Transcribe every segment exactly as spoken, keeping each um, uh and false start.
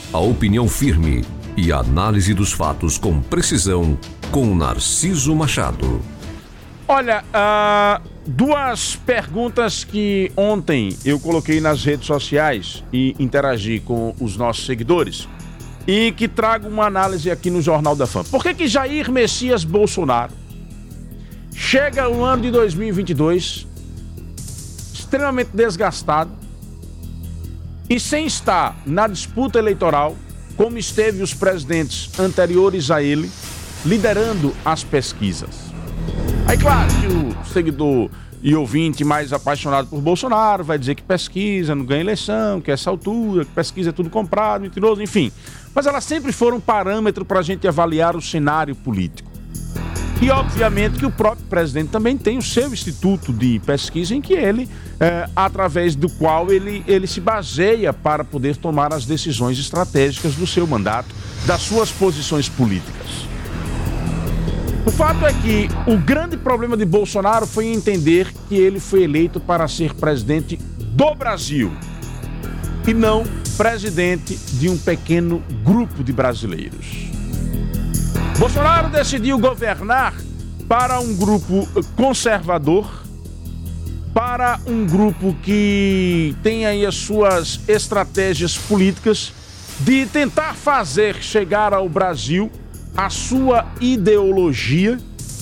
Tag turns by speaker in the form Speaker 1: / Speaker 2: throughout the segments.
Speaker 1: A opinião firme e a análise dos fatos com precisão com Narciso Machado.
Speaker 2: Olha, uh, duas perguntas que ontem eu coloquei nas redes sociais e interagi com os nossos seguidores e que trago uma análise aqui no Jornal da Fama. Por que que Jair Messias Bolsonaro chega o ano de dois mil e vinte e dois extremamente desgastado e sem estar na disputa eleitoral, como esteve os presidentes anteriores a ele, liderando as pesquisas? Aí, claro, que o seguidor e ouvinte mais apaixonado por Bolsonaro vai dizer que pesquisa não ganha eleição, que essa altura, que pesquisa é tudo comprado, mentiroso, enfim. Mas elas sempre foram um parâmetro para a gente avaliar o cenário político. E, obviamente, que o próprio presidente também tem o seu instituto de pesquisa em que ele, é, através do qual ele, ele se baseia para poder tomar as decisões estratégicas do seu mandato, das suas posições políticas. O fato é que o grande problema de Bolsonaro foi entender que ele foi eleito para ser presidente do Brasil e não presidente de um pequeno grupo de brasileiros. Bolsonaro decidiu governar para um grupo conservador, para um grupo que tem aí as suas estratégias políticas de tentar fazer chegar ao Brasil a sua ideologia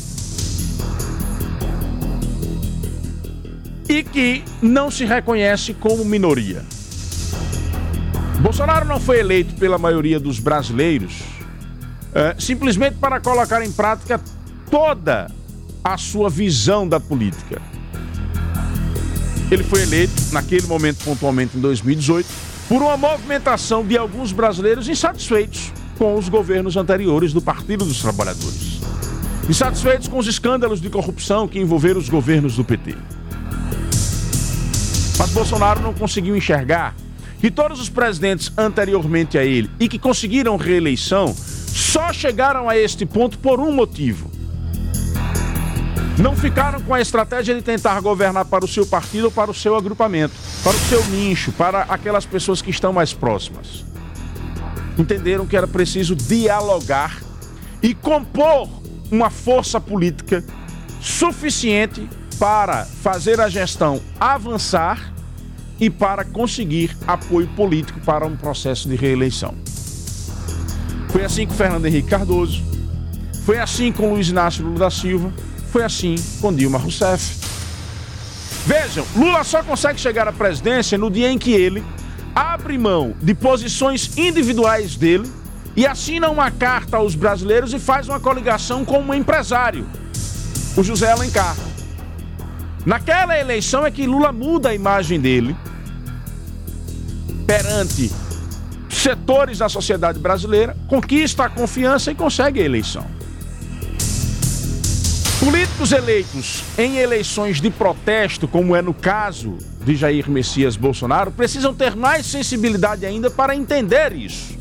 Speaker 2: e que não se reconhece como minoria. Bolsonaro não foi eleito pela maioria dos brasileiros é, simplesmente para colocar em prática toda a sua visão da política. Ele foi eleito, naquele momento, pontualmente em dois mil e dezoito, por uma movimentação de alguns brasileiros insatisfeitos com os governos anteriores do Partido dos Trabalhadores. Insatisfeitos com os escândalos de corrupção que envolveram os governos do P T. Mas Bolsonaro não conseguiu enxergar que todos os presidentes anteriormente a ele e que conseguiram reeleição só chegaram a este ponto por um motivo. Não ficaram com a estratégia de tentar governar para o seu partido ou para o seu agrupamento, para o seu nicho, para aquelas pessoas que estão mais próximas. Entenderam que era preciso dialogar e compor uma força política suficiente para fazer a gestão avançar e para conseguir apoio político para um processo de reeleição. Foi assim com Fernando Henrique Cardoso, foi assim com Luiz Inácio Lula da Silva, foi assim com Dilma Rousseff. Vejam, Lula só consegue chegar à presidência no dia em que ele abre mão de posições individuais dele e assina uma carta aos brasileiros e faz uma coligação com um empresário, o José Alencar. Naquela eleição é que Lula muda a imagem dele perante setores da sociedade brasileira, conquista a confiança e consegue a eleição. Políticos eleitos em eleições de protesto, como é no caso de Jair Messias Bolsonaro, precisam ter mais sensibilidade ainda para entender isso.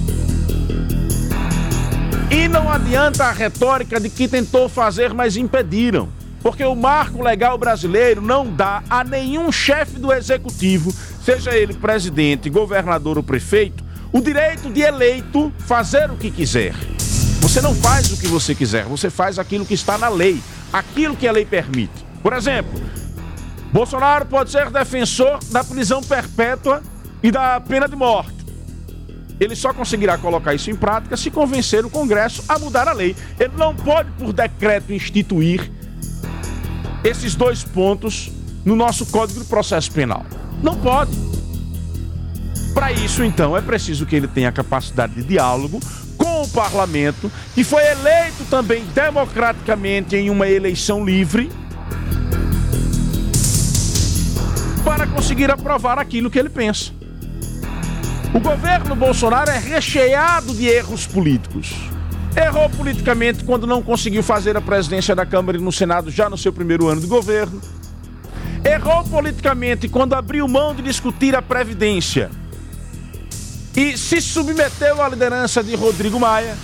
Speaker 2: E não adianta a retórica de que tentou fazer, mas impediram. Porque o marco legal brasileiro não dá a nenhum chefe do executivo, seja ele presidente, governador ou prefeito, o direito de eleito fazer o que quiser. Você não faz o que você quiser, você faz aquilo que está na lei, aquilo que a lei permite. Por exemplo, Bolsonaro pode ser defensor da prisão perpétua e da pena de morte. Ele só conseguirá colocar isso em prática se convencer o Congresso a mudar a lei. Ele não pode, por decreto, instituir esses dois pontos no nosso Código de Processo Penal. Não pode. Para isso, então, é preciso que ele tenha capacidade de diálogo com o parlamento, que foi eleito também democraticamente em uma eleição livre, para conseguir aprovar aquilo que ele pensa. O governo Bolsonaro é recheado de erros políticos. Errou politicamente quando não conseguiu fazer a presidência da Câmara e no Senado já no seu primeiro ano de governo. Errou politicamente quando abriu mão de discutir a Previdência e se submeteu à liderança de Rodrigo Maia.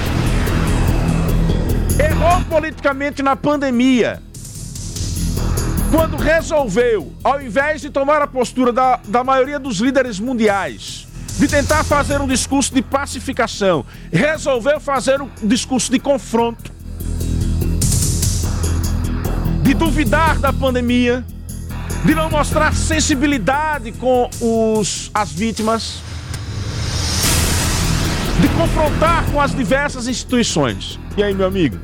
Speaker 2: Errou politicamente na pandemia, quando resolveu, ao invés de tomar a postura da, da maioria dos líderes mundiais, de tentar fazer um discurso de pacificação, resolveu fazer um discurso de confronto, de duvidar da pandemia, de não mostrar sensibilidade com os, as vítimas, de confrontar com as diversas instituições. E aí, meu amigo,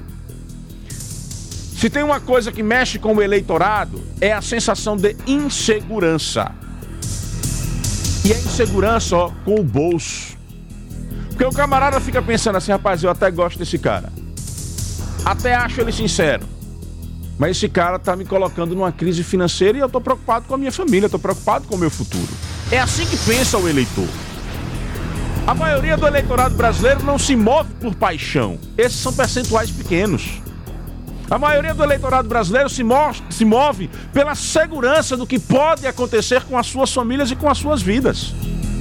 Speaker 2: se tem uma coisa que mexe com o eleitorado, é a sensação de insegurança. E é insegurança, ó, com o bolso. Porque o camarada fica pensando assim, rapaz, eu até gosto desse cara, até acho ele sincero, mas esse cara tá me colocando numa crise financeira e eu tô preocupado com a minha família, eu tô preocupado com o meu futuro. É assim que pensa o eleitor. A maioria do eleitorado brasileiro não se move por paixão. Esses são percentuais pequenos. A maioria do eleitorado brasileiro se move, se move pela segurança do que pode acontecer com as suas famílias e com as suas vidas.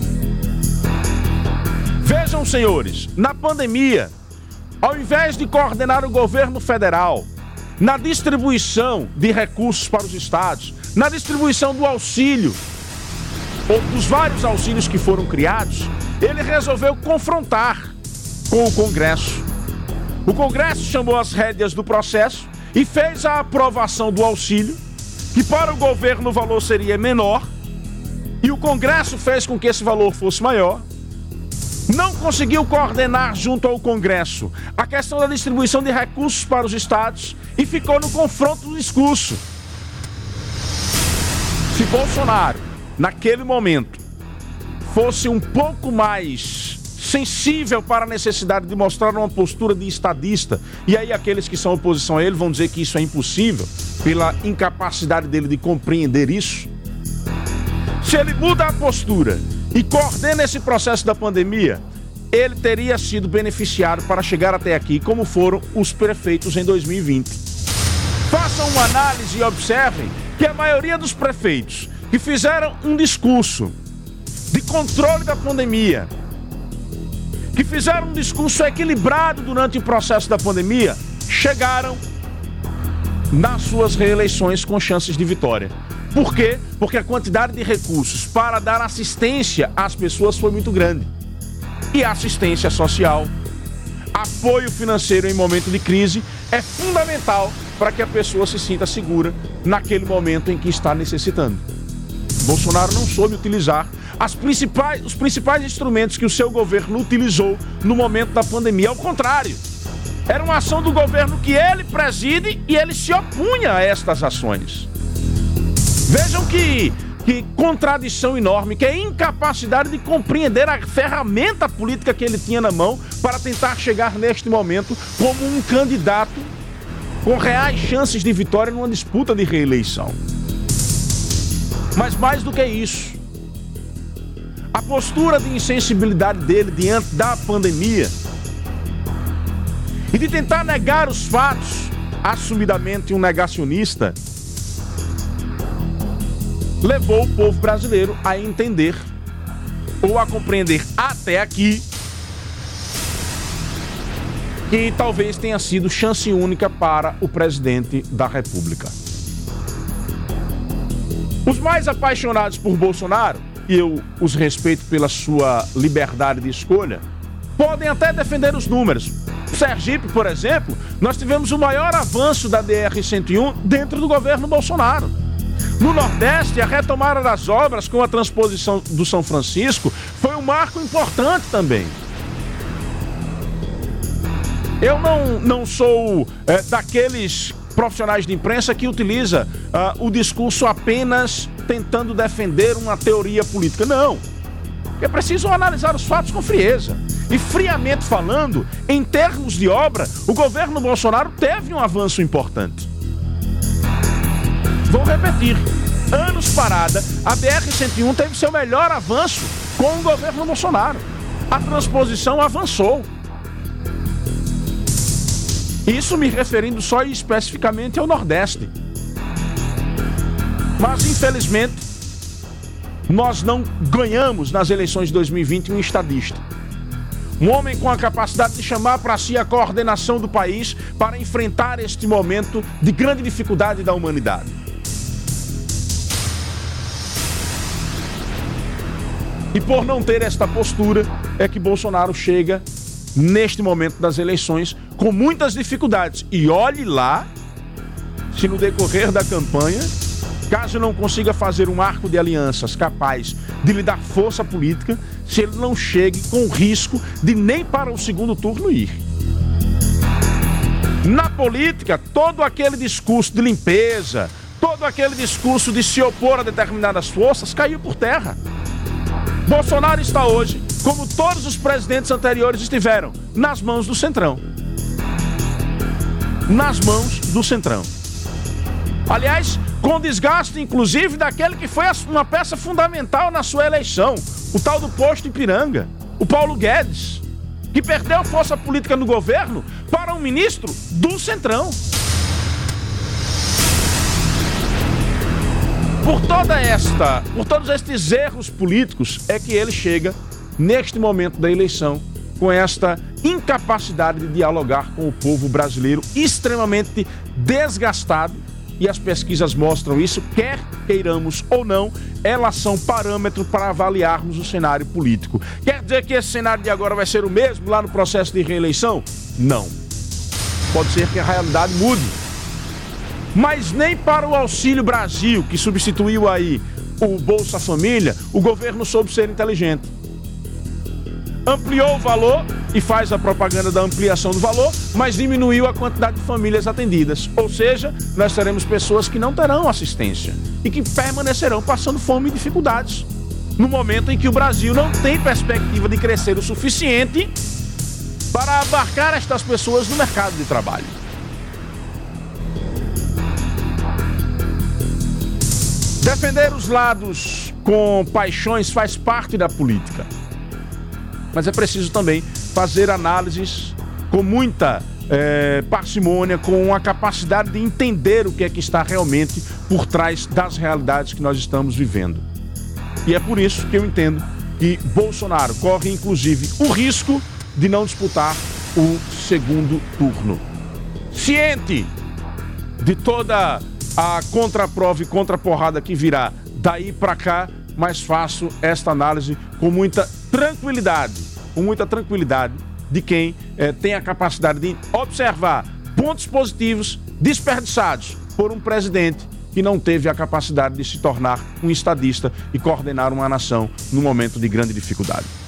Speaker 2: Vejam, senhores, na pandemia, ao invés de coordenar o governo federal na distribuição de recursos para os estados, na distribuição do auxílio, ou dos vários auxílios que foram criados, ele resolveu confrontar com o Congresso. O Congresso chamou as rédeas do processo e fez a aprovação do auxílio, que para o governo o valor seria menor, e o Congresso fez com que esse valor fosse maior. Não conseguiu coordenar junto ao Congresso a questão da distribuição de recursos para os estados e ficou no confronto do discurso. Se Bolsonaro, naquele momento, fosse um pouco mais sensível para a necessidade de mostrar uma postura de estadista, e aí aqueles que são oposição a ele vão dizer que isso é impossível, pela incapacidade dele de compreender isso. Se ele muda a postura e coordena esse processo da pandemia, ele teria sido beneficiado para chegar até aqui, como foram os prefeitos em dois mil e vinte. Façam uma análise e observem que a maioria dos prefeitos que fizeram um discurso de controle da pandemia, que fizeram um discurso equilibrado durante o processo da pandemia, chegaram nas suas reeleições com chances de vitória. Por quê? Porque a quantidade de recursos para dar assistência às pessoas foi muito grande. E a assistência social, apoio financeiro em momento de crise, é fundamental para que a pessoa se sinta segura naquele momento em que está necessitando. Bolsonaro não soube utilizar as principais, os principais instrumentos que o seu governo utilizou no momento da pandemia. Ao contrário, era uma ação do governo que ele preside e ele se opunha a estas ações. Vejam que, que contradição enorme, que é a incapacidade de compreender a ferramenta política que ele tinha na mão para tentar chegar neste momento como um candidato com reais chances de vitória numa disputa de reeleição. Mas mais do que isso, a postura de insensibilidade dele diante da pandemia e de tentar negar os fatos, assumidamente um negacionista, levou o povo brasileiro a entender ou a compreender até aqui que talvez tenha sido chance única para o presidente da República. Os mais apaixonados por Bolsonaro, e eu os respeito pela sua liberdade de escolha, podem até defender os números. Sergipe, por exemplo, nós tivemos o maior avanço da D R cento e um dentro do governo Bolsonaro. No Nordeste, a retomada das obras com a transposição do São Francisco foi um marco importante também. Eu não, não sou é, daqueles profissionais de imprensa que utiliza uh, o discurso apenas tentando defender uma teoria política. Não. É preciso analisar os fatos com frieza. E friamente falando, em termos de obra, o governo Bolsonaro teve um avanço importante. Vou repetir. Anos parada, a B R cento e um teve seu melhor avanço com o governo Bolsonaro. A transposição avançou. Isso me referindo só e especificamente ao Nordeste. Mas, infelizmente, nós não ganhamos nas eleições de dois mil e vinte um estadista. Um homem com a capacidade de chamar para si a coordenação do país para enfrentar este momento de grande dificuldade da humanidade. E por não ter esta postura, é que Bolsonaro chega neste momento das eleições com muitas dificuldades. E olhe lá, se no decorrer da campanha, caso não consiga fazer um arco de alianças capaz de lhe dar força política, se ele não chegue com o risco de nem para o segundo turno ir. Na política, todo aquele discurso de limpeza, todo aquele discurso de se opor a determinadas forças caiu por terra. Bolsonaro está hoje, como todos os presidentes anteriores estiveram, nas mãos do Centrão. Nas mãos do Centrão. Aliás, com desgaste, inclusive, daquele que foi uma peça fundamental na sua eleição, o tal do posto Ipiranga, o Paulo Guedes, que perdeu força política no governo para um ministro do Centrão. Por toda esta, por todos estes erros políticos, é que ele chega, neste momento da eleição, com esta incapacidade de dialogar com o povo brasileiro, extremamente desgastado, e as pesquisas mostram isso, quer queiramos ou não, elas são parâmetro para avaliarmos o cenário político. Quer dizer que esse cenário de agora vai ser o mesmo lá no processo de reeleição? Não. Pode ser que a realidade mude. Mas nem para o Auxílio Brasil, que substituiu aí o Bolsa Família, o governo soube ser inteligente. Ampliou o valor e faz a propaganda da ampliação do valor, mas diminuiu a quantidade de famílias atendidas. Ou seja, nós teremos pessoas que não terão assistência e que permanecerão passando fome e dificuldades, no momento em que o Brasil não tem perspectiva de crescer o suficiente para abarcar estas pessoas no mercado de trabalho. Defender os lados com paixões faz parte da política. Mas é preciso também fazer análises com muita é, parcimônia, com a capacidade de entender o que é que está realmente por trás das realidades que nós estamos vivendo. E é por isso que eu entendo que Bolsonaro corre, inclusive, o risco de não disputar o segundo turno. Ciente de toda a contraprova e contraporrada que virá daí para cá, mas faço esta análise com muita tranquilidade, com muita tranquilidade de quem eh, tem a capacidade de observar pontos positivos desperdiçados por um presidente que não teve a capacidade de se tornar um estadista e coordenar uma nação num momento de grande dificuldade.